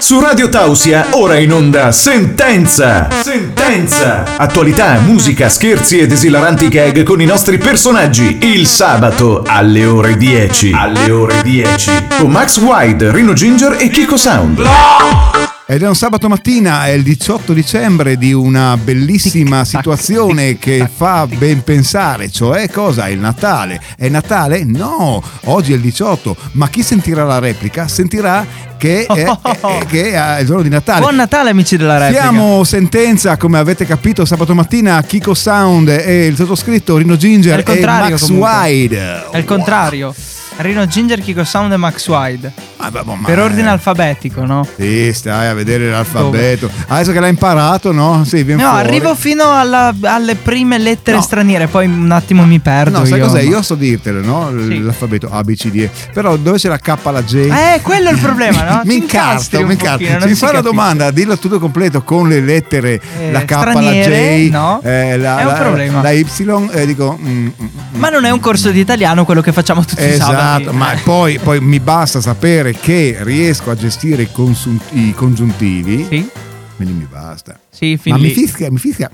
Su Radio Tausia, ora in onda Sentenza! Sentenza! Attualità, musica, scherzi ed esilaranti gag con i nostri personaggi. Il sabato alle ore 10. Alle ore 10. Con Max Wide, Rino Ginger e Kiko Sound. Ed è un sabato mattina, è il 18 dicembre di una bellissima situazione che fa ben pensare, cioè cosa? È il Natale. È Natale? No, oggi è il 18, ma chi sentirà la replica sentirà che è il giorno di Natale. Buon Natale amici della replica. Siamo Sentenza, come avete capito, sabato mattina Kiko Sound e il sottoscritto Rino Ginger e Max Wide. È il contrario. Rino Ginger, Kiko Sound e Max Wide. Per ordine alfabetico, no? Sì, stai a vedere l'alfabeto. Adesso che l'hai imparato, no? Sì, viene fuori. Arrivo fino alle prime lettere straniere, poi un attimo mi perdo. No, sai cos'è? Io so dirtele, no? Sì. L'alfabeto A, B, C, D, E. Però dove c'è la K, la J? Quello è il problema, no? mi incastro. Si fa la domanda, dillo tutto completo con le lettere, la K, la J, no? È un problema. La Y, dico... Ma non è un corso di italiano quello che facciamo tutti i sabati. Esatto, ma poi mi basta sapere che riesco a gestire i congiuntivi. Sì. Quindi mi basta. Sì, ma mi fischia.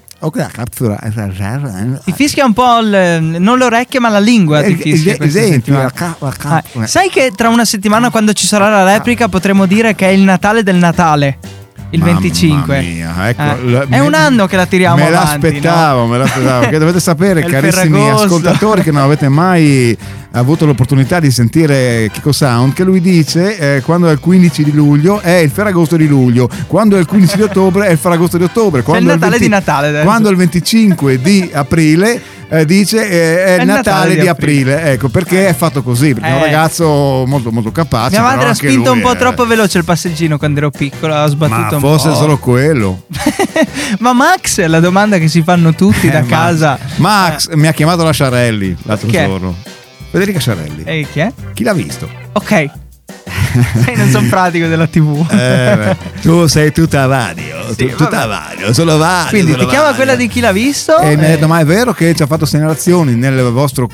Ti fischia un po' non le orecchie, ma la lingua. Ti fischia sai che tra una settimana, quando ci sarà la replica, potremo dire che è il Natale del Natale. Il 25. Mia, ecco, è un anno che la tiriamo avanti. Me l'aspettavo. Che dovete sapere, carissimi ascoltatori, che non avete mai avuto l'opportunità di sentire Kiko Sound, che lui dice quando è il 15 di luglio è il Ferragosto di luglio, quando è il 15 di ottobre è il Ferragosto di ottobre, quando è il Natale di Natale adesso. Quando è il 25 di aprile dice è il Natale di aprile. Ecco perché è fatto così, perché è un ragazzo molto molto capace. Mia madre ha spinto un po' troppo veloce il passeggino quando ero piccolo, ha sbattuto un po'. Forse solo quello. Ma Max, è la domanda che si fanno tutti da casa. Max mi ha chiamato la Sciarelli l'altro giorno. Federica Sciarelli. E chi è? Chi l'ha visto? Ok. Non sono pratico della TV. Tu sei tutta radio, tutta radio, solo radio. Quindi ti chiama quella di Chi l'ha visto? E mi ha detto: ma è vero che ci ha fatto segnalazioni nel vostro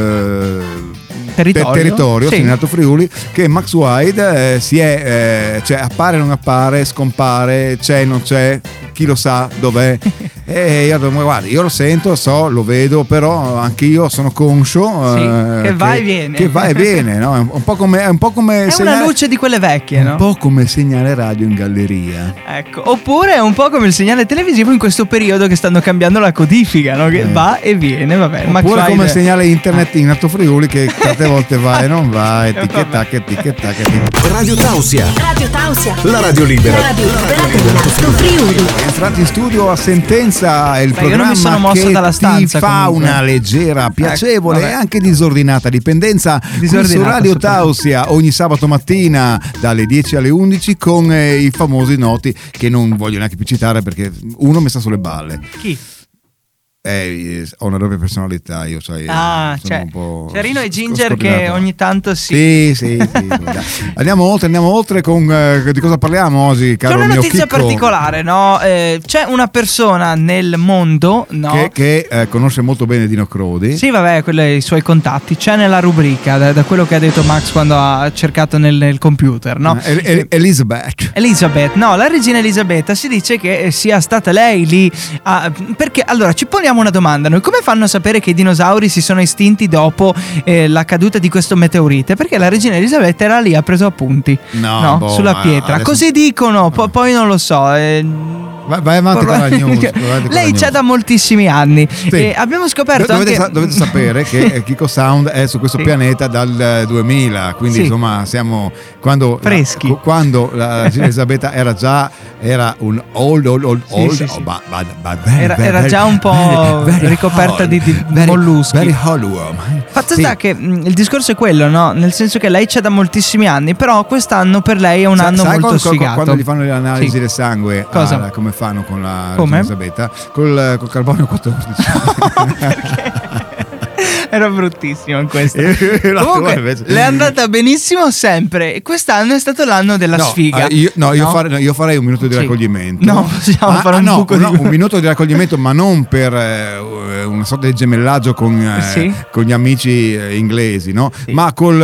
territorio sì. Segnalato Friuli, che Max Wide cioè appare, non appare, scompare, c'è, non c'è, chi lo sa dov'è. E io dico: guarda, io lo sento, lo vedo, però anch'io sono conscio che va e viene. Che va e viene, no? È un po' come è una luce di quelle vecchie, no? Un po' come il segnale radio in galleria. Ecco, oppure è un po' come il segnale televisivo in questo periodo che stanno cambiando la codifica, no? Che va e viene, vabbè. Oppure come il segnale internet in Alto Friuli, che tante volte va e non va, e tic-tac. Radio Tausia. La radio libera. Alto Friuli. Entrati in studio a Sentenza, il programma io non mi sono mosso dalla stanza, ti fa comunque. Una leggera, piacevole e anche disordinata dipendenza su Radio Tausia ogni sabato mattina dalle 10 alle 11 con i famosi noti che non voglio neanche più citare perché uno mi sta sulle balle. Chi? Ho una doppia personalità, io sono un po'. C'è Rino e Ginger che ogni tanto sì. Andiamo oltre con di cosa parliamo oggi, caro mio Kiko? C'è una notizia particolare, no? C'è una persona nel mondo, no? Che conosce molto bene Dino Crodi. Sì, vabbè, quelli i suoi contatti. C'è nella rubrica, da quello che ha detto Max quando ha cercato nel computer, no? Elizabeth, no, la regina Elisabetta si dice che sia stata lei lì perché allora ci poniamo una domanda: noi come fanno a sapere che i dinosauri si sono estinti dopo la caduta di questo meteorite? Perché la regina Elisabetta era lì, ha preso appunti sulla pietra. Adesso... Così dicono, poi non lo so. Vai avanti con la news. Lei c'è da moltissimi anni. Sì. Abbiamo scoperto dovete sapere che Kiko Sound è su questo pianeta dal 2000, quindi insomma siamo freschi. Quando la regina Elisabetta era un old era già un po' ricoperta di molluschi. Very hollow. Fatto sta che il discorso è quello, no? Nel senso che lei c'è da moltissimi anni, però quest'anno per lei è un anno molto sfigato. Quando gli fanno le analisi del sangue, cosa? Come fanno con la regina Elisabetta? Col carbonio 14. Era bruttissimo in questo. La tua Comunque, invece- le è andata benissimo sempre. E quest'anno è stato l'anno della sfiga. Io farei un minuto di Sì. raccoglimento. No, possiamo fare un buco di... un minuto di raccoglimento, ma non per una sorta di gemellaggio con Sì. con gli amici inglesi, no? Sì. Ma con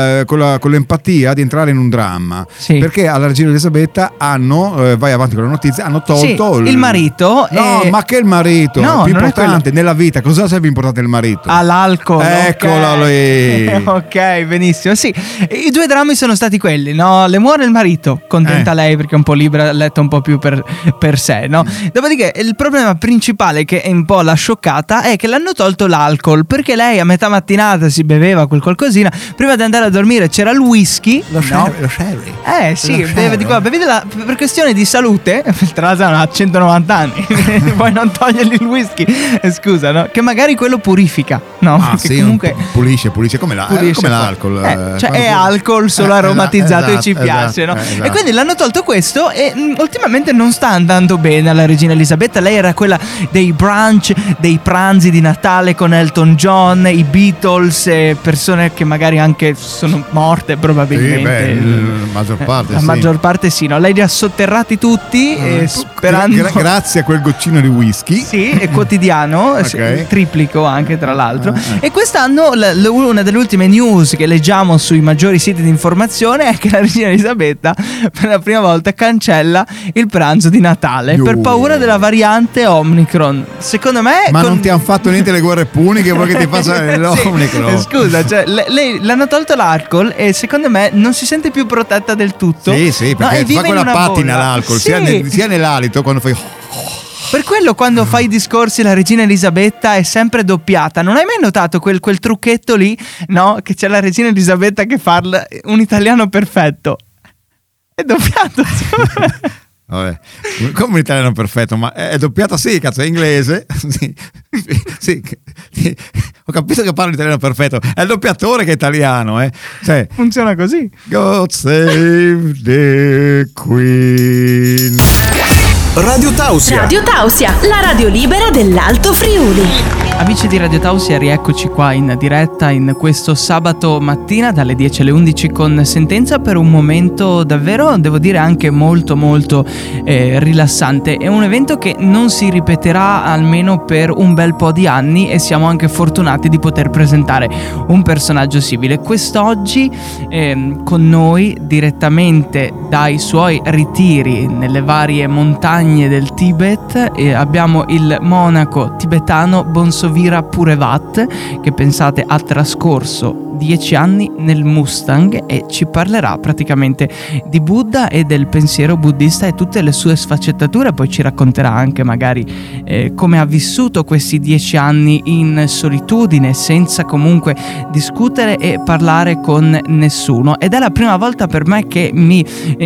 l'empatia di entrare in un dramma. Sì. Perché alla regina Elisabetta hanno, vai avanti con la notizia, hanno tolto Sì, il marito. No, ma che il marito? No, più non è importante nella vita, cosa sarebbe importante il marito? All'alcol. Eccolo ok. lì. Ok, benissimo. Sì, i due drammi sono stati quelli, no? Le muore il marito, contenta lei perché è un po' libera, letta un po' più per sé, no? Dopodiché il problema principale che è un po' la scioccata è che l'hanno tolto l'alcol, perché lei a metà mattinata si beveva quel qualcosina, prima di andare a dormire c'era il whisky. Lo sherry. Sì, Lo beve di qua, bevi per questione di salute, tra l'altro ha 190 anni, puoi non togliergli il whisky, scusa, no? Che magari quello purifica, no? Ah, Perché sì, comunque pulisce come pulisce l'alcol. cioè è Quando- alcol solo aromatizzato e ci esatto, piace, no? esatto. E quindi l'hanno tolto questo e ultimamente non sta andando bene alla regina Elisabetta. Lei era quella dei brunch, dei pranzi di Natale con Elton John, i Beatles, persone che magari anche sono morte probabilmente. la maggior parte La sì. maggior parte sì, no? Lei li ha sotterrati tutti sperando... Grazie a quel goccino di whisky. Sì, è quotidiano, sì, Ok. triplico anche tra l'altro. E quest'anno una delle ultime news che leggiamo sui maggiori siti di informazione è che la regina Elisabetta per la prima volta cancella il pranzo di Natale per paura della variante Omicron. Secondo me... Ma non ti hanno fatto niente le guerre puniche perché ti passa l'Omicron. Scusa, cioè, lei l'hanno tolto l'alcol e secondo me non si sente più protetta del tutto. Sì, No, perché e ti fa vive in quella una patina bolla. l'alcol, Sì. sia nell'alito quando fai. Per quello quando fai i discorsi la regina Elisabetta è sempre doppiata. Non hai mai notato quel trucchetto lì, no? Che c'è la regina Elisabetta che parla un italiano perfetto. È doppiato. Vabbè, come un italiano perfetto, ma è doppiata, sì, cazzo, è inglese. Sì. Ho capito che parla l'italiano perfetto. È il doppiatore che è italiano, Cioè, Funziona così. God save the Queen. Radio Tausia. Radio Tausia, la radio libera dell'Alto Friuli. Amici di Radio Tausia, rieccoci qua in diretta in questo sabato mattina dalle 10 alle 11 con Sentenza per un momento davvero, devo dire, anche molto molto rilassante. È un evento che non si ripeterà almeno per un bel po' di anni e siamo anche fortunati di poter presentare un personaggio simile. Quest'oggi con noi direttamente dai suoi ritiri nelle varie montagne del Tibet abbiamo il monaco tibetano Bonsovira Purevat, che pensate ha trascorso 10 anni nel Mustang e ci parlerà praticamente di Buddha e del pensiero buddista e tutte le sue sfaccettature. Poi ci racconterà anche magari come ha vissuto questi 10 anni in solitudine, senza comunque discutere e parlare con nessuno. Ed è la prima volta per me che mi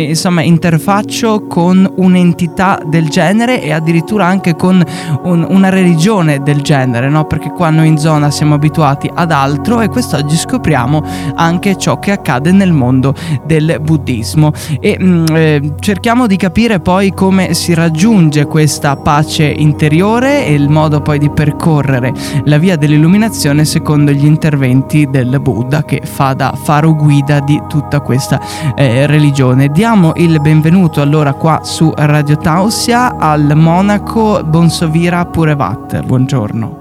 interfaccio con un'entità del genere e addirittura anche con una religione del genere, no? Perché qua noi in zona siamo abituati ad altro e quest'oggi scopriamo anche ciò che accade nel mondo del buddismo e cerchiamo di capire poi come si raggiunge questa pace interiore e il modo poi di percorrere la via dell'illuminazione secondo gli interventi del Buddha, che fa da faro guida di tutta questa religione. Diamo il benvenuto allora qua su Radio Tausia al monaco Bonsovira Purevat. Buongiorno.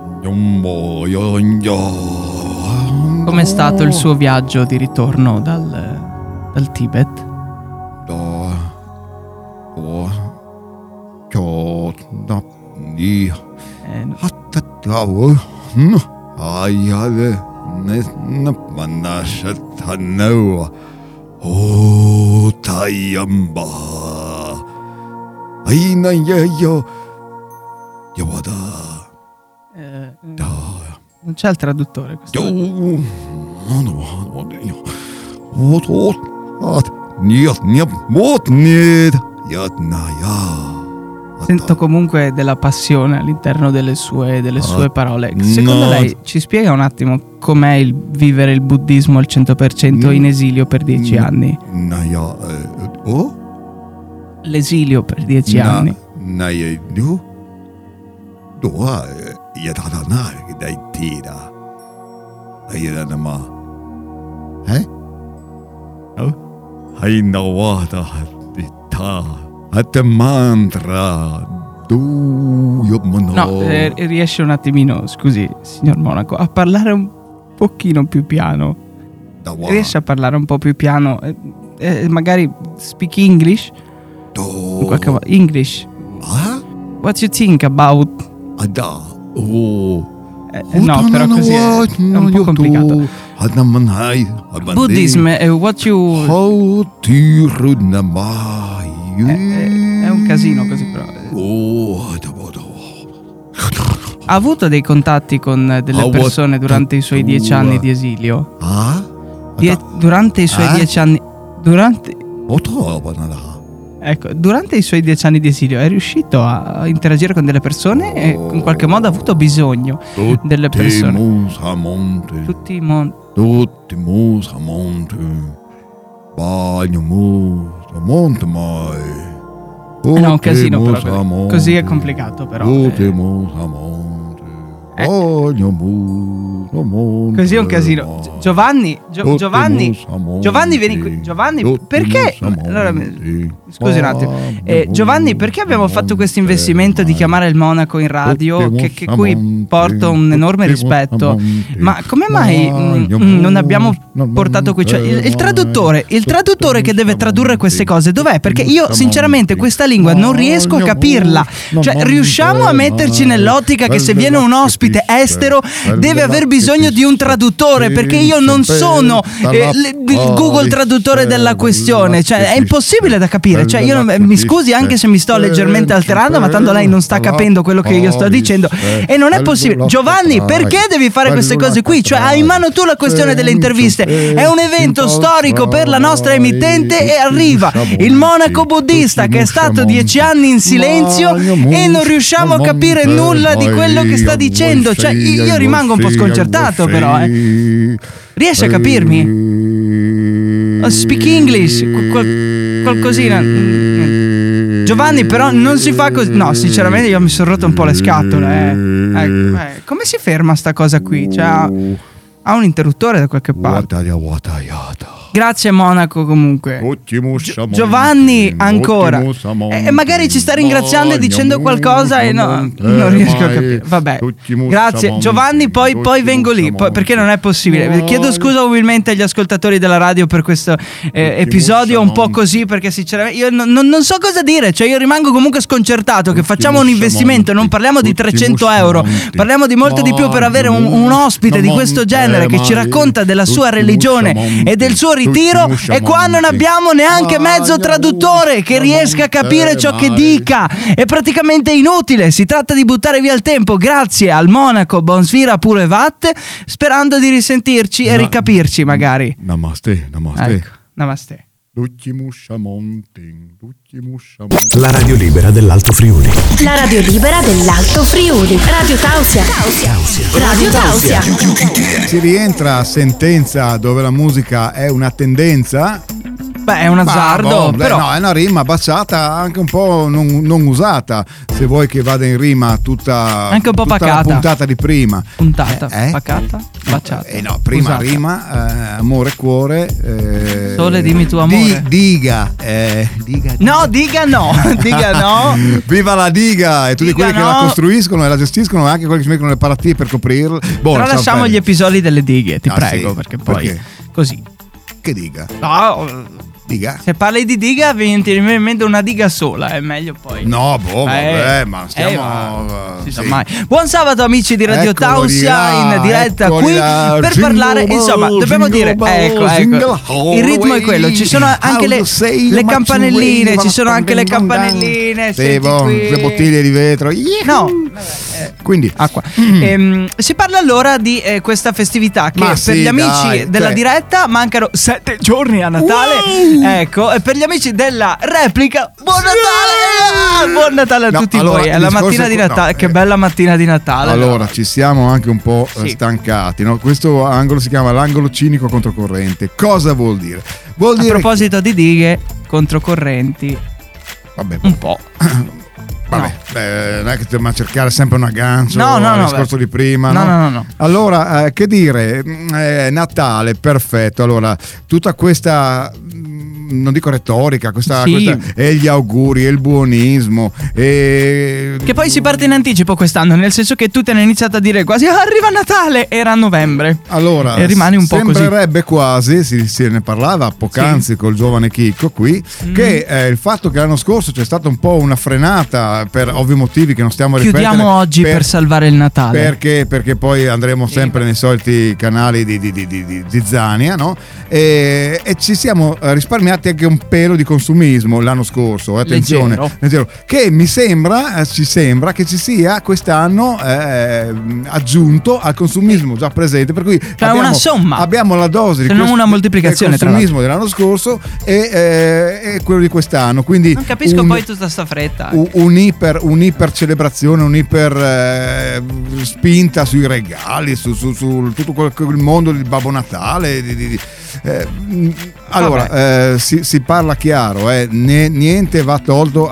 Com'è stato il suo viaggio di ritorno dal Tibet? Non c'è il traduttore. Sento comunque della passione all'interno delle sue parole. Secondo lei ci spiega un attimo com'è il vivere il buddismo al 100% in esilio per 10 anni? L'esilio per 10 anni. Hai nawata dita at mantra du yobmono. No, riesce un attimino, scusi, signor Monaco, a parlare un pochino più piano. Riesce a parlare un po' più piano? Magari speak English? In qualche modo. English. What you think about? No, però così è un po' complicato. Buddhism, what you... È un casino così, però. Ha avuto dei contatti con delle persone durante i suoi 10 anni di esilio? Durante i suoi 10 anni... Durante i suoi 10 anni di esilio è riuscito a interagire con delle persone e in qualche modo ha avuto bisogno delle persone. Tutti i monti. No, un casino però. Così è complicato però. Così è un casino. Giovanni, vieni qui. Giovanni, perché? Allora, scusi un attimo. Giovanni, perché abbiamo fatto questo investimento di chiamare il Monaco in radio, che cui porto un enorme rispetto? Ma come mai non abbiamo portato qui? Cioè, il traduttore che deve tradurre queste cose, dov'è? Perché io sinceramente questa lingua non riesco a capirla. Cioè, riusciamo a metterci nell'ottica che se viene un ospite estero deve aver bisogno di un traduttore, perché io non sono il Google traduttore della questione, cioè è impossibile da capire. Cioè io mi scusi anche se mi sto leggermente alterando, ma tanto lei non sta capendo quello che io sto dicendo e non è possibile. Giovanni, perché devi fare queste cose qui? Cioè hai in mano tu la questione delle interviste, è un evento storico per la nostra emittente e arriva il monaco buddista che è stato 10 anni in silenzio e non riusciamo a capire nulla di quello che sta dicendo. Cioè io rimango un po' sconcertato però riesce a capirmi? Speak English, qualcosina. Giovanni, però non si fa così. No, sinceramente io mi sono rotto un po' le scatole. Come si ferma sta cosa qui? Cioè ha un interruttore da qualche parte. Grazie Monaco comunque. Giovanni ancora. E magari ci sta ringraziando e dicendo qualcosa e non riesco a capire. Vabbè. Grazie Giovanni, poi vengo lì, perché non è possibile. Chiedo scusa umilmente agli ascoltatori della radio per questo episodio un po' così, perché sinceramente io non so cosa dire. Cioè io rimango comunque sconcertato che facciamo un investimento, non parliamo di 300 euro, parliamo di molto di più per avere un ospite di questo genere che ci racconta della sua religione e del suo ritiro, e qua non abbiamo neanche mezzo traduttore che riesca a capire ciò che dica. È praticamente inutile, si tratta di buttare via il tempo. Grazie al Monaco, Bonsvira pure Vatte, sperando di risentirci e ricapirci magari. Namaste. Ecco, namaste. La radio libera dell'Alto Friuli. La radio libera dell'Alto Friuli. Radio Tausia. Radio Tausia. Si rientra a Sentenza, dove la musica è una tendenza. Beh, è un azzardo, però no, è una rima baciata, anche un po' non usata. Se vuoi che vada in rima tutta, anche un po' tutta pacata. La puntata di prima. Pacata, baciata. No, prima usata. Rima, amore, cuore. Sole, dimmi tu amore. Diga. No, diga no. Viva la diga! E tutti quelli che la costruiscono e la gestiscono, e anche quelli che si mettono le paratie per coprirla. Però lasciamo gli episodi delle dighe, ti prego, perché poi così. Che diga? No. Diga. Se parli di diga mi viene in mente una diga sola, è meglio poi. No, vabbè, ma stiamo. Si sa mai. Buon sabato amici di Radio Tausia, in diretta qui per parlare. Insomma, dobbiamo dire, ecco. Il ritmo è quello. Ci sono anche le campanelline. Ci sono anche le campanelline. Sì, le bottiglie di vetro. No. Quindi acqua. Si parla allora di questa festività che per gli amici della diretta mancano 7 giorni a Natale. Ecco, e per gli amici della replica, buon Natale! Buon Natale a tutti voi. È la mattina di Natale. Che bella mattina di Natale. Allora, ci siamo anche un po' stancati, no? Questo angolo si chiama l'angolo cinico controcorrente. Cosa vuol dire? A proposito di dighe controcorrenti, vabbè, un po'. Vabbè, non è che dobbiamo cercare sempre un aggancio al discorso di prima. No. Allora, che dire, Natale, perfetto. Allora, tutta questa, non dico retorica, questa e gli auguri e il buonismo che poi si parte in anticipo quest'anno, nel senso che tutti hanno iniziato a dire quasi arriva Natale, era a novembre. Allora, e rimane un po' così. Sembrerebbe quasi, si ne parlava poc'anzi col giovane Chicco qui, che il fatto che l'anno scorso c'è stata un po' una frenata per ovvi motivi che non stiamo a ripetere. Chiudiamo oggi per salvare il Natale. Perché poi andremo sempre nei soliti canali di zizzania, no? E ci siamo risparmiati anche un pelo di consumismo l'anno scorso, attenzione, leggero. Che ci sembra che ci sia quest'anno aggiunto al consumismo già presente, per cui una somma, abbiamo la dose di una moltiplicazione del consumismo dell'anno scorso e quello di quest'anno, quindi non capisco poi tutta sta fretta, un'iper celebrazione, un'iper spinta sui regali, su tutto quel mondo di Babbo Natale. Allora, si parla chiaro, niente va tolto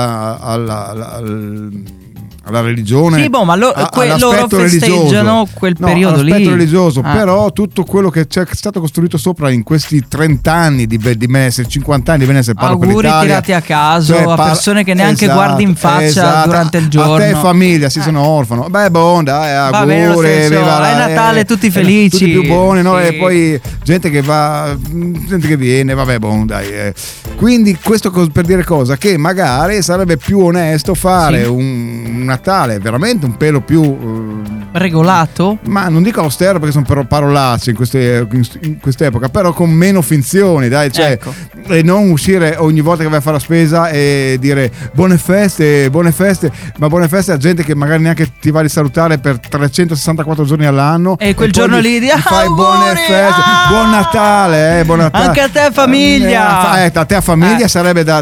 alla religione. Sì, ma loro festeggiano quel periodo lì. L'aspetto religioso, però tutto quello che c'è stato costruito sopra in questi 30 anni di benessere, 50 anni di benessere, auguri tirati a caso, a persone che neanche guardi in faccia durante il giorno. A te famiglia, si sono orfano. Beh, dai, auguri, è Natale, tutti felici. Tutti più buoni, no? E poi gente che va, gente che viene, dai. Quindi questo per dire cosa? Che magari sarebbe più onesto fare un Natale veramente un pelo più regolato, ma non dico austero perché sono parolacce in quest'epoca, però con meno finzioni, dai, cioè, e non uscire ogni volta che vai a fare la spesa e dire buone feste, ma buone feste a gente che magari neanche ti va a salutare per 364 giorni all'anno, e quel giorno lì fai buone feste, buon Natale, buon Natale anche a te famiglia, a te famiglia sarebbe da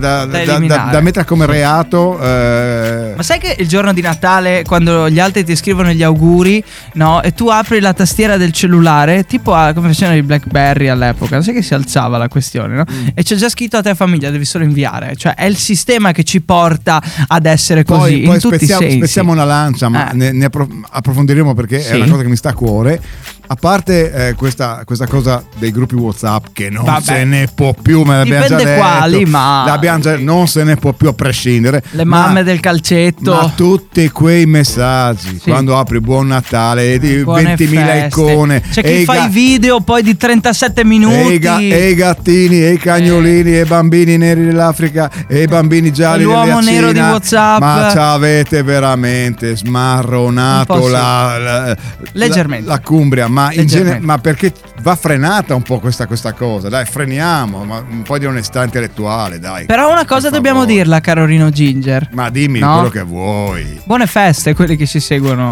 mettere come reato. Ma sai che il giorno di Natale, quando gli altri ti scrivono gli auguri, no? E tu apri la tastiera del cellulare, tipo come facevano i BlackBerry all'epoca, sai che si alzava la questione, no? E c'è già scritto a te famiglia, devi solo inviare. Cioè è il sistema che ci porta ad essere così, in tutti i sensi. Spezziamo una lancia, ma ne approfondiremo perché è una cosa che mi sta a cuore. A parte questa cosa dei gruppi WhatsApp che non se ne può più, me l'abbiamo già detto. Quali, ma non se ne può più a prescindere. Le mamme del calcetto. Ma tutti quei messaggi, quando apri Buon Natale, di 20.000 icone. C'è chi fa i video poi di 37 minuti. E i gattini, e i cagnolini, e i bambini neri dell'Africa, e i bambini gialli l'uomo nero di WhatsApp. Ma ci avete veramente smarronato leggermente la Cumbria. Ma perché va frenata un po' questa cosa, dai, freniamo, ma un po' di onestà intellettuale, dai. Però una cosa dobbiamo dirla, caro Rino Ginger. Ma dimmi quello che vuoi. Buone feste, quelli che ci seguono.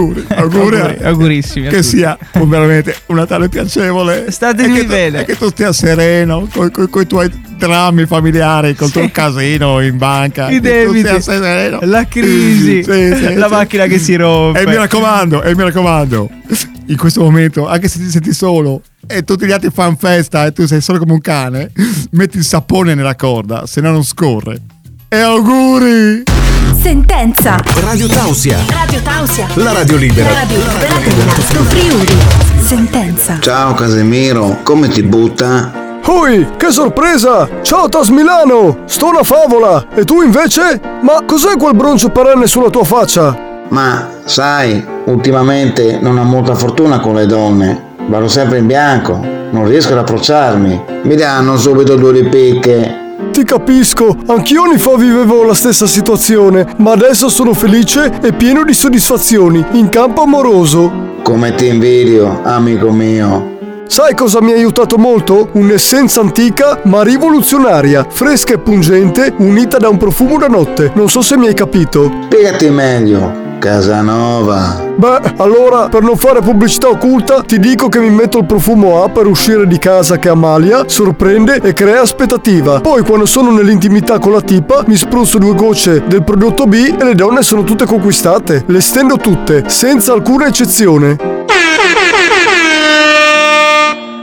Augurissimi. Che sia veramente un Natale piacevole. Statevi bene. E che tu stia sereno con i tuoi drammi familiari, col tuo casino in banca. I debiti, la crisi, la macchina che si rompe. E mi raccomando, in questo momento, anche se ti senti solo e tutti gli altri fanno festa e tu sei solo come un cane, metti il sapone nella corda, se no non scorre. E auguri! Sentenza. Radio Tausia. La radio libera. dell'Alto Friuli. Sentenza. Ciao Casemiro, come ti butta? Ui, che sorpresa! Ciao Tas Milano, sto una favola! E tu invece? Ma cos'è quel bronzo perenne sulla tua faccia? Ma, sai, ultimamente non ho molta fortuna con le donne. Vado sempre in bianco, non riesco ad approcciarmi. Mi danno subito due ripicche. Ti capisco, anch'io anni fa vivevo la stessa situazione, ma adesso sono felice e pieno di soddisfazioni in campo amoroso. Come ti invidio, amico mio. Sai cosa mi ha aiutato molto? Un'essenza antica ma rivoluzionaria, fresca e pungente, unita da un profumo da notte. Non so se mi hai capito. Spiegati meglio, Casanova. Beh, allora, per non fare pubblicità occulta, ti dico che mi metto il profumo A per uscire di casa che ammalia, sorprende e crea aspettativa. Poi, quando sono nell'intimità con la tipa, mi spruzzo 2 gocce del prodotto B e le donne sono tutte conquistate. Le stendo tutte, senza alcuna eccezione.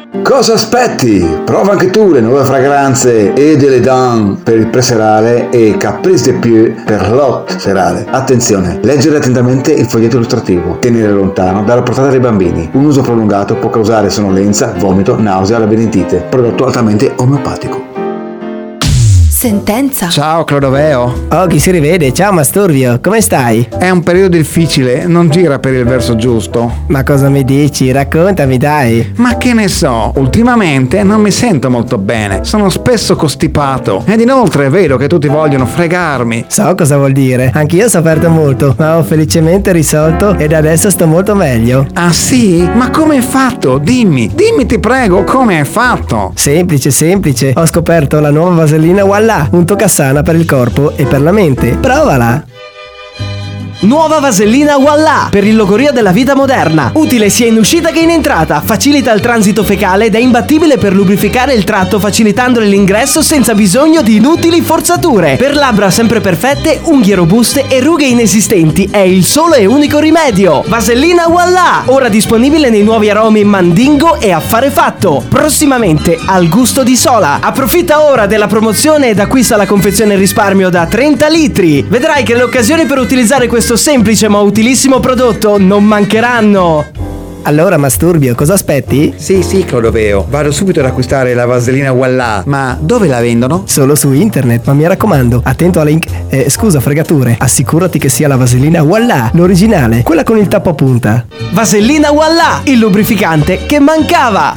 Cosa aspetti? Prova anche tu le nuove fragranze Eau de l'Eden per il pre-serale e Caprice de Pieux per l'hot serale. Attenzione, leggere attentamente il foglietto illustrativo, tenere lontano dalla portata dei bambini. Un uso prolungato può causare sonnolenza, vomito, nausea, labirintite. Prodotto altamente omeopatico. Sentenza. Ciao Clodoveo. Oh, chi si rivede? Ciao Masturbio, come stai? È un periodo difficile, non gira per il verso giusto. Ma cosa mi dici? Raccontami, dai. Ma che ne so, ultimamente non mi sento molto bene, sono spesso costipato ed inoltre vedo che tutti vogliono fregarmi. So cosa vuol dire. Anch'io ho sofferto molto, ma ho felicemente risolto ed adesso sto molto meglio. Ah sì? Ma come hai fatto? Dimmi ti prego, come hai fatto? Semplice. Ho scoperto la nuova vasellina Walla, un toccasana per il corpo e per la mente. Provala! Nuova vasellina Walla per il logorio della vita moderna. Utile sia in uscita che in entrata. Facilita il transito fecale ed è imbattibile per lubrificare il tratto, facilitandone l'ingresso senza bisogno di inutili forzature. Per labbra sempre perfette, unghie robuste e rughe inesistenti è il solo e unico rimedio. Vasellina Walla, ora disponibile nei nuovi aromi Mandingo e Affare Fatto. Prossimamente al gusto di Sola. Approfitta ora della promozione ed acquista la confezione risparmio da 30 litri. Vedrai che le occasioni per utilizzare questo semplice ma utilissimo prodotto non mancheranno. Allora Masturbio, cosa aspetti? Sì Clodoveo, vado subito ad acquistare la vasellina Walla. Ma dove la vendono? Solo su internet, ma mi raccomando, attento a link. Scusa, fregature, assicurati che sia la vasellina Walla, l'originale, quella con il tappo a punta. Vasellina Walla, il lubrificante che mancava.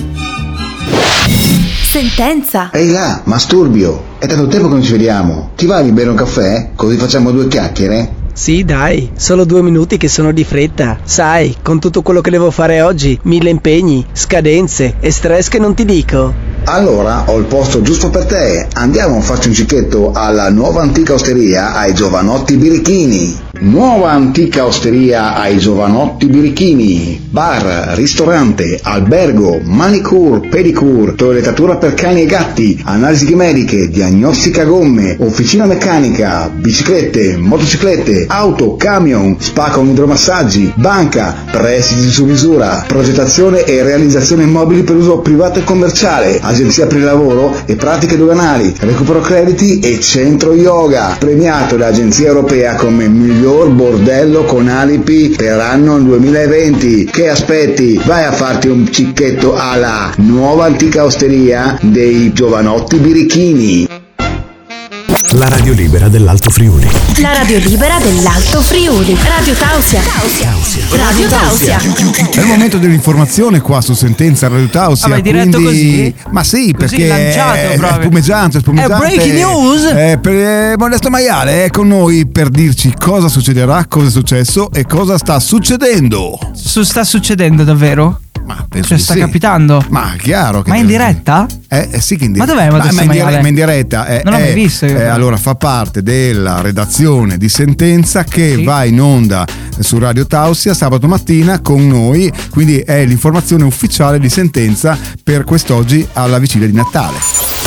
Sentenza. Ehi là, Masturbio, è tanto tempo che non ci vediamo. Ti va di bere un caffè? Così facciamo 2 chiacchiere? Sì, dai, solo 2 minuti che sono di fretta. Sai, con tutto quello che devo fare oggi, 1000 impegni, scadenze e stress che non ti dico. Allora ho il posto giusto per te. Andiamo a farci un cicchetto alla nuova antica osteria ai Giovanotti Birichini. Nuova antica osteria ai Giovanotti Birichini. Bar, ristorante, albergo, manicure, pedicure, toilettatura per cani e gatti, analisi mediche, diagnostica gomme, officina meccanica, biciclette, motociclette, auto, camion, spa con idromassaggi, banca, prestiti su misura, progettazione e realizzazione immobili per uso privato e commerciale, agenzia per il lavoro e pratiche doganali, recupero crediti e centro yoga, premiato dall'Agenzia Europea come miglior bordello con alipi per anno 2020. Che aspetti? Vai a farti un cicchetto alla nuova antica osteria dei Giovanotti Birichini. La radio libera dell'Alto Friuli. La radio libera dell'Alto Friuli. Radio Tausia. Radio Tausia. È il momento dell'informazione qua su Sentenza Radio Tausia. Ma è diretto così? Ma sì, Così perché lanciato è proprio. spumeggiante. È breaking news? Modesto Maiale è con noi per dirci cosa succederà, cosa è successo e cosa sta succedendo. Sta succedendo davvero? Ma penso Cioè di sta sì. capitando? Ma chiaro che Ma in diretta? Sì che in diretta. Ma dov'è Modesto Maiale? Ma in diretta Non l'ho mai visto io. allora fa parte della redazione di Sentenza che va in onda su Radio Tausia sabato mattina con noi, quindi è l'informazione ufficiale di Sentenza per quest'oggi alla vigilia di Natale.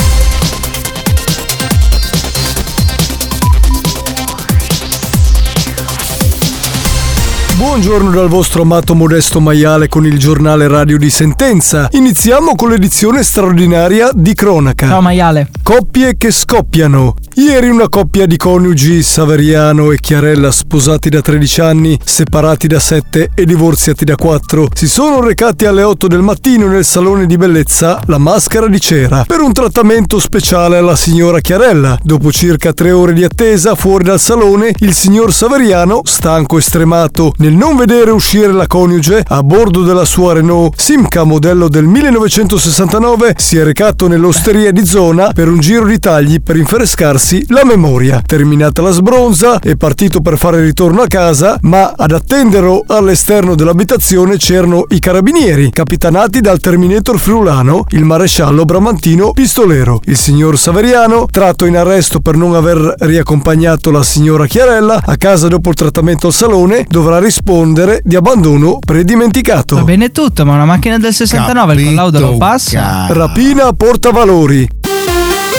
Buongiorno dal vostro amato Modesto Maiale con il giornale radio di Sentenza. Iniziamo con l'edizione straordinaria di cronaca. Ciao Maiale. Coppie che scoppiano. Ieri una coppia di coniugi, Saveriano e Chiarella, sposati da 13 anni, separati da 7 e divorziati da 4, si sono recati alle 8 del mattino nel salone di bellezza La Maschera di Cera per un trattamento speciale alla signora Chiarella. Dopo circa 3 ore di attesa fuori dal salone, il signor Saveriano, stanco e stremato nel non vedere uscire la coniuge, a bordo della sua Renault Simca modello del 1969, si è recato nell'osteria di zona per un giro di tagli per rinfrescarsi la memoria. Terminata la sbronza, è partito per fare ritorno a casa, ma ad attenderlo all'esterno dell'abitazione c'erano i carabinieri, capitanati dal Terminator friulano, il maresciallo bramantino Pistolero. Il signor Saveriano, tratto in arresto per non aver riaccompagnato la signora Chiarella a casa dopo il trattamento al salone, dovrà rispondere di abbandono predimenticato. Va bene tutto, ma una macchina del 69 il collaudo lo passa? Rapina portavalori.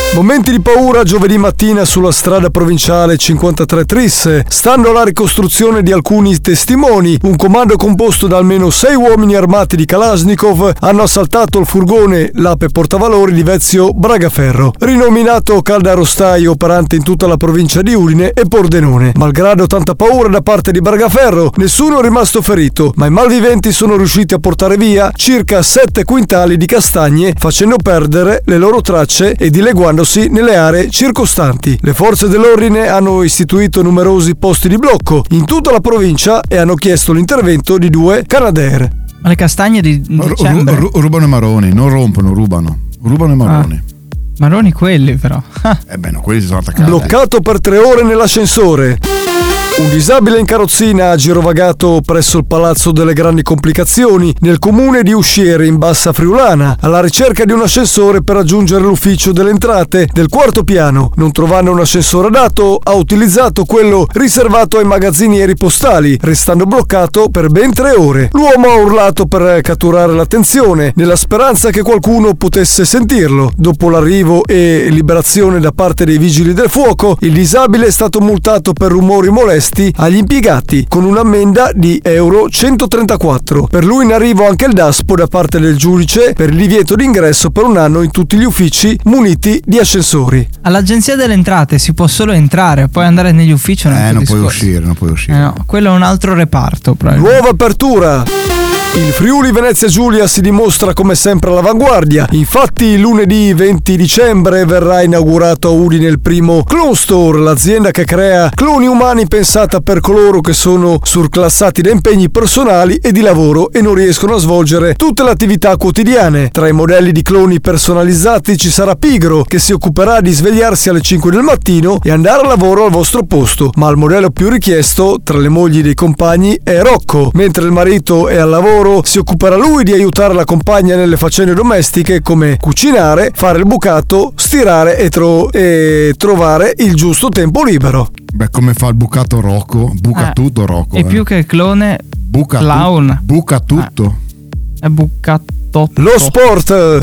Momenti di paura giovedì mattina sulla strada provinciale 53 Trisse. Stando alla ricostruzione di alcuni testimoni, un comando composto da almeno 6 uomini armati di Kalashnikov hanno assaltato il furgone L'Ape Portavalori di Vezio Bragaferro, rinominato caldarostaio operante in tutta la provincia di Udine e Pordenone. Malgrado tanta paura da parte di Bragaferro, nessuno è rimasto ferito, ma i malviventi sono riusciti a portare via circa 7 quintali di castagne, facendo perdere le loro tracce e dileguandosi nelle aree circostanti. Le forze dell'ordine hanno istituito numerosi posti di blocco in tutta la provincia e hanno chiesto l'intervento di 2 Canadair. Ma le castagne di dicembre? Rubano i marroni, non rompono, rubano i marroni. Marroni quelli però. No, quelli si sono attaccati. Bloccato per 3 ore nell'ascensore. Un disabile in carrozzina ha girovagato presso il Palazzo delle Grandi Complicazioni nel comune di Usciere in Bassa Friulana alla ricerca di un ascensore per raggiungere l'ufficio delle entrate del 4º piano. Non trovando un ascensore adatto, ha utilizzato quello riservato ai magazzinieri postali, restando bloccato per ben 3 ore. L'uomo ha urlato per catturare l'attenzione, nella speranza che qualcuno potesse sentirlo. Dopo l'arrivo e liberazione da parte dei vigili del fuoco, il disabile è stato multato per rumori molesti agli impiegati con un'ammenda di euro 134. Per lui in arrivo anche il DASPO da parte del giudice per il divieto d'ingresso per 1 anno in tutti gli uffici muniti di ascensori. All'Agenzia delle Entrate si può solo entrare, poi andare negli uffici non puoi uscire. No, quello è un altro reparto. Nuova apertura. Il Friuli Venezia Giulia si dimostra come sempre all'avanguardia. Infatti lunedì 20 dicembre verrà inaugurato a Udine il primo Clone Store, l'azienda che crea cloni umani pensata per coloro che sono surclassati da impegni personali e di lavoro e non riescono a svolgere tutte le attività quotidiane. Tra i modelli di cloni personalizzati ci sarà Pigro, che si occuperà di svegliarsi alle 5 del mattino e andare al lavoro al vostro posto, ma il modello più richiesto tra le mogli dei compagni è Rocco. Mentre il marito è al lavoro, si occuperà lui di aiutare la compagna nelle faccende domestiche come cucinare, fare il bucato, stirare e trovare il giusto tempo libero. Beh, come fa il bucato Rocco? Buca tutto Rocco. E più che il clone clown. Buca tutto. È bucato. Lo sport.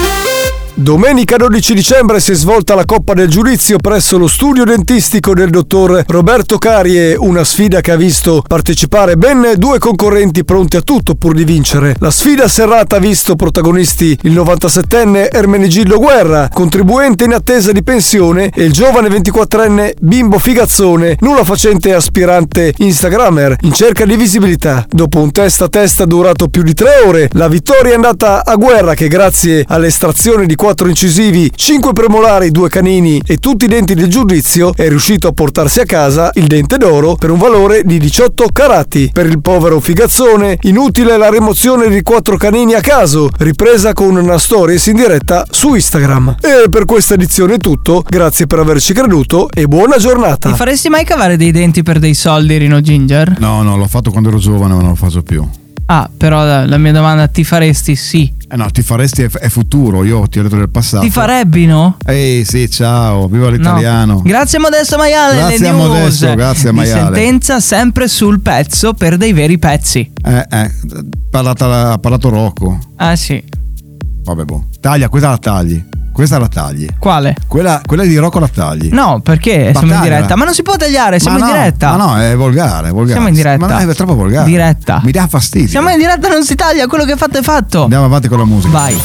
Domenica 12 dicembre si è svolta la Coppa del Giudizio presso lo studio dentistico del dottor Roberto Carie, una sfida che ha visto partecipare ben 2 concorrenti pronti a tutto pur di vincere. La sfida serrata ha visto protagonisti il 97enne Ermenegildo Guerra, contribuente in attesa di pensione, e il giovane 24enne Bimbo Figazzone, nulla facente aspirante Instagrammer in cerca di visibilità. Dopo un testa a testa durato più di 3 ore, la vittoria è andata a Guerra, che grazie all'estrazione di 4 incisivi, 5 premolari, 2 canini e tutti i denti del giudizio è riuscito a portarsi a casa il dente d'oro per un valore di 18 carati. Per il povero Figazzone inutile la rimozione di 4 canini a caso, ripresa con una stories in diretta su Instagram. E per questa edizione è tutto, grazie per averci creduto e buona giornata. Ti faresti mai cavare dei denti per dei soldi, Rino Ginger? No, l'ho fatto quando ero giovane ma non lo faccio più. Ah, però la mia domanda, ti faresti? Sì. No, ti faresti è futuro, io ti ho detto del passato. Ti farebbi, no? Sì, ciao, viva l'italiano. No. Grazie a Modesto Maiale. Grazie a Modesto, grazie a Maiale. Sentenza sempre sul pezzo per dei veri pezzi. Ha parlato Rocco. Ah sì. Vabbè, boh. Taglia, questa la tagli. Questa la tagli. Quale? Quella di Rocco la tagli. No, perché siamo in diretta. Ma non si può tagliare, siamo in diretta. Ma no, è volgare. Siamo in diretta. Ma no, è troppo volgare. Diretta. Mi dà fastidio. Siamo in diretta, non si taglia, quello che è fatto è fatto. Andiamo avanti con la musica. Vai.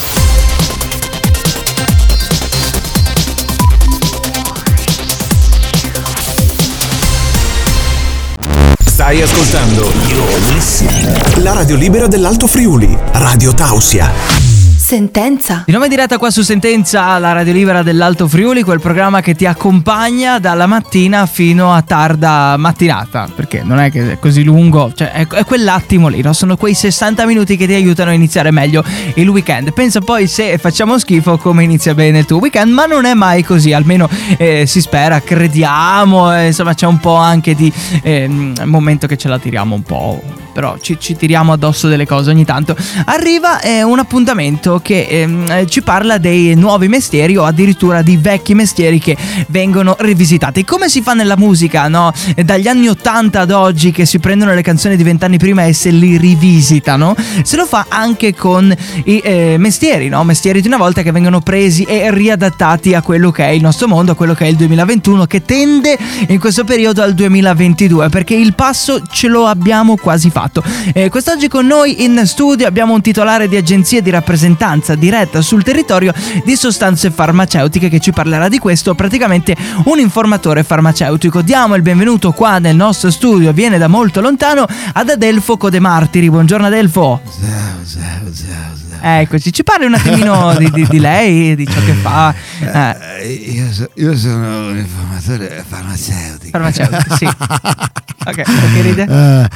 Stai ascoltando la radio libera dell'Alto Friuli, Radio Tausia. Sentenza. Di nuovo in diretta qua su Sentenza, la radio libera dell'Alto Friuli, quel programma che ti accompagna dalla mattina fino a tarda mattinata, perché non è che è così lungo, cioè è quell'attimo lì, no? Sono quei 60 minuti che ti aiutano a iniziare meglio il weekend. Pensa poi se facciamo schifo come inizia bene il tuo weekend, ma non è mai così, almeno si spera, crediamo, insomma c'è un po' anche di momento che ce la tiriamo un po' però ci tiriamo addosso delle cose ogni tanto. Arriva un appuntamento che ci parla dei nuovi mestieri o addirittura di vecchi mestieri che vengono rivisitati. Come si fa nella musica, no? Dagli anni 80 ad oggi, che si prendono le canzoni di 20 anni prima e se li rivisitano, se lo fa anche con i mestieri, no? Mestieri di una volta che vengono presi e riadattati a quello che è il nostro mondo, a quello che è il 2021, che tende in questo periodo al 2022, perché il passo ce lo abbiamo quasi fatto. Quest'oggi con noi in studio abbiamo un titolare di agenzia di rappresentanza diretta sul territorio di sostanze farmaceutiche che ci parlerà di questo, praticamente un informatore farmaceutico. Diamo il benvenuto qua nel nostro studio, viene da molto lontano, ad Adelfo Codemartiri. Buongiorno Adelfo. Ciao. Eccoci, ci parli un attimino di lei, di ciò che fa. Io sono un informatore farmaceutico. Farmaceutico, sì. Ok, perché ride?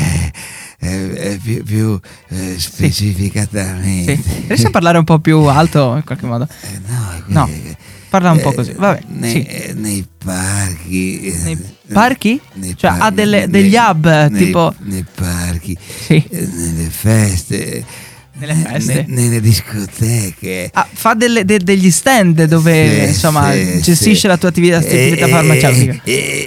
Più specificatamente. Sì. Riesci a parlare un po' più alto in qualche modo? No, parla un po' così. Vabbè, nei parchi. Nei parchi? Cioè ha degli hub tipo nei parchi, sì. Nelle feste. Nelle feste? Nelle discoteche. Fa degli stand dove insomma gestisce la tua attività farmaceutica.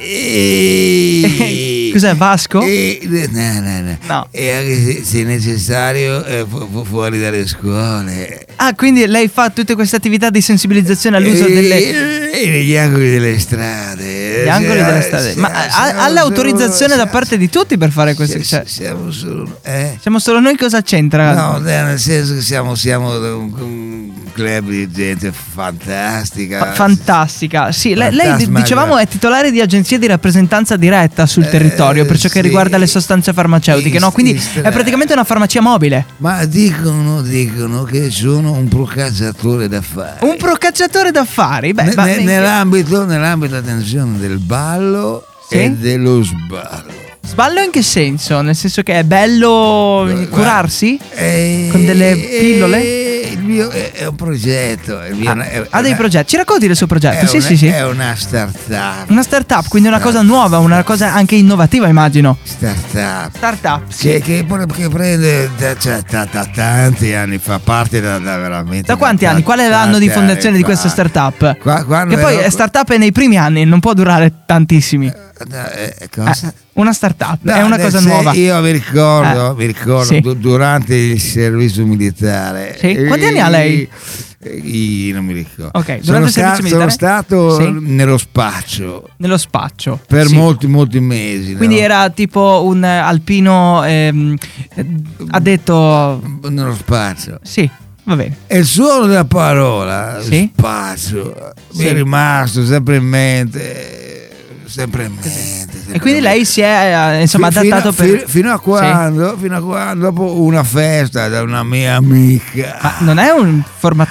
Cos'è, Vasco? No. E anche se necessario fuori dalle scuole. Ah, quindi lei fa tutte queste attività di sensibilizzazione all'uso negli angoli delle strade. Gli angoli delle strade. Ma ha l'autorizzazione da parte di tutti per fare queste cose? Siamo solo noi, cosa c'entra? No, nel senso che siamo un club di gente fantastica. Fantastica. Sì, lei dicevamo è titolare di agenzia di rappresentanza diretta sul territorio per ciò che riguarda le sostanze farmaceutiche, no? Quindi è praticamente una farmacia mobile. Ma dicono che sono un procacciatore d'affari. Un procacciatore d'affari? Beh, nell'ambito attenzione del ballo e dello sballo. Sballo in che senso? Nel senso che è bello curarsi? Con delle pillole? Il mio è un progetto. Ha dei progetti. Ci racconti del suo progetto? Sì. È una startup. Una startup, quindi una cosa nuova, una cosa anche innovativa, immagino. Startup. Sì. Che prende da tanti anni, fa parte da veramente. Da quanti anni? Qual è l'anno di fondazione di questa startup? Che poi è startup è nei primi anni, non può durare tantissimi. Cosa? Una startup, è una cosa nuova. Io mi ricordo sì. Durante il servizio militare. Sì. Quanti anni ha lei? Io non mi ricordo. Ok, durante il servizio militare? Sono stato nello spaccio. Nello spaccio. Per molti mesi. Quindi era tipo un alpino addetto nello spaccio. Sì. Va bene. E il suono della parola spazio mi è rimasto sempre in mente. E quindi lei si è adattato fino a quando dopo una festa da una mia amica. Ma non è un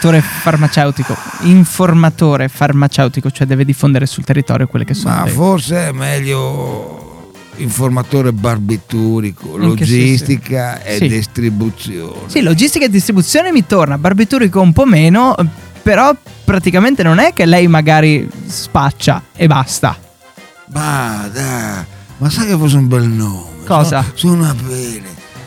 informatore farmaceutico, cioè deve diffondere sul territorio quelle che sono. Ma forse è meglio informatore barbiturico, logistica e distribuzione. Sì, logistica e distribuzione mi torna, barbiturico un po' meno, però praticamente non è che lei magari spaccia e basta. Ma sai che fosse un bel nome? Cosa? Suona bene.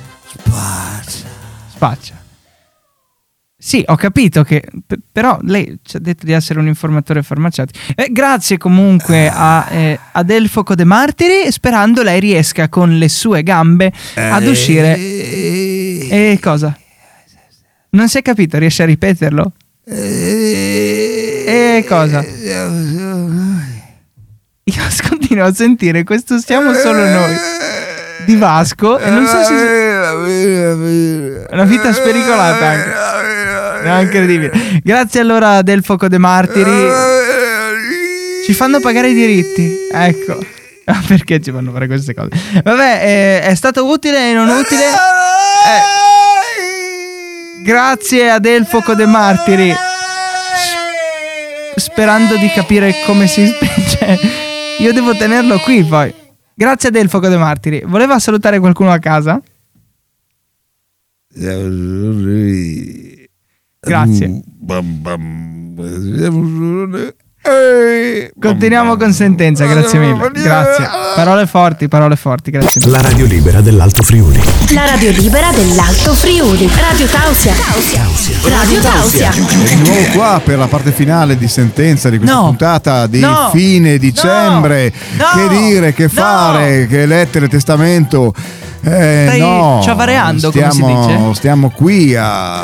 Spaccia. Sì, ho capito che però lei ci ha detto di essere un informatore farmaceutico. Grazie comunque a Adelfo Codemartiri, sperando lei riesca con le sue gambe ad uscire. E cosa? Non si è capito, riesce a ripeterlo? E cosa? Io continuo a sentire questo siamo solo noi di Vasco e non so se è una vita spericolata anche. È incredibile. Grazie allora Adelfo Codemartiri. Ci fanno pagare i diritti. Ecco. Perché ci fanno fare queste cose? Vabbè, è stato utile e non utile. Grazie Adelfo Codemartiri. Sperando di capire come si specie. Io devo tenerlo qui poi. Grazie Adelfo Codemartiri. Voleva salutare qualcuno a casa? Grazie. Continuiamo con sentenza, grazie mille. Grazie. Parole forti, grazie. La radio libera dell'Alto Friuli. La radio libera dell'Alto Friuli. Radio Tausia. Radio Tausia. Di nuovo qua per la parte finale di Sentenza di questa puntata di fine dicembre. Che dire, che fare, che lettere, testamento. Stai ciavareando, come si dice? Stiamo qui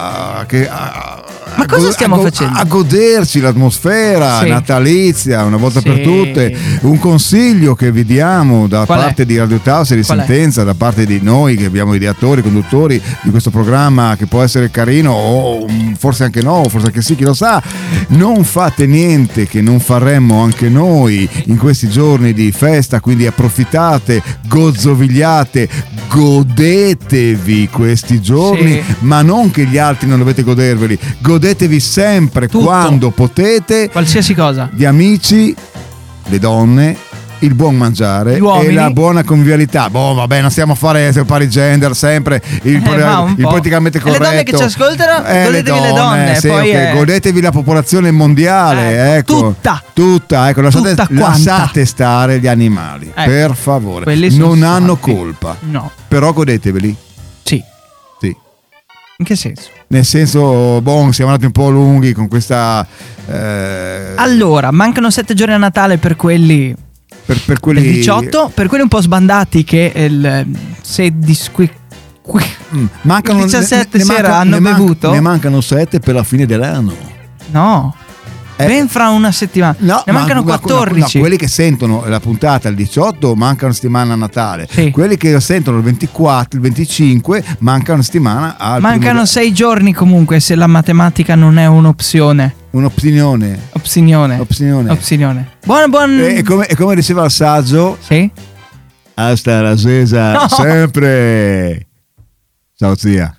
Ma cosa stiamo facendo? A goderci l'atmosfera natalizia una volta per tutte. Un consiglio che vi diamo da parte di Radio Tausia di Sentenza, da parte di noi che abbiamo ideatori, conduttori di questo programma, che può essere carino o forse anche no, forse anche sì, chi lo sa. Non fate niente che non faremmo anche noi in questi giorni di festa, quindi approfittate, gozzovigliate, godetevi questi giorni, ma non che gli altri non dovete goderveli. Godetevi sempre tutto, quando potete, qualsiasi cosa, gli amici, le donne, il buon mangiare e la buona convivialità. Vabbè, non stiamo a fare pari gender sempre, il politicamente corretto. E le donne che ci ascoltano, godetevi le donne. Sì, poi godetevi la popolazione mondiale, ecco. Tutta, ecco, lasciate stare gli animali, per favore. Non hanno colpa. No. Però godeteveli. Sì. In che senso? Nel senso, siamo andati un po' lunghi con questa. Allora, mancano 7 giorni a Natale per quelli. Per quelli. Il 18, per quelli un po' sbandati che il 16. Mancano, il 17 sera hanno bevuto. Ne mancano 7 per la fine dell'anno. No. Ben fra una settimana. No, ne mancano 14. No, quelli che sentono la puntata il 18 mancano una settimana a Natale. Sì. Quelli che sentono il 24, il 25 mancano una settimana al Mancano 6 giorni comunque, se la matematica non è un'opzione. Un'opinione. Opzione. Buon. E come diceva il saggio? Sì. Hasta la sesa, sempre. Ciao zia.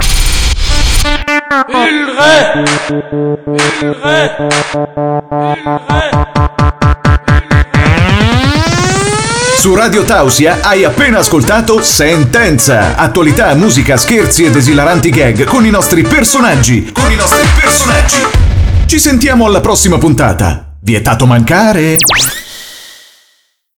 Il re. Su Radio Tausia hai appena ascoltato Sentenza. Attualità, musica, scherzi ed esilaranti gag con i nostri personaggi. Ci sentiamo alla prossima puntata. Vietato mancare.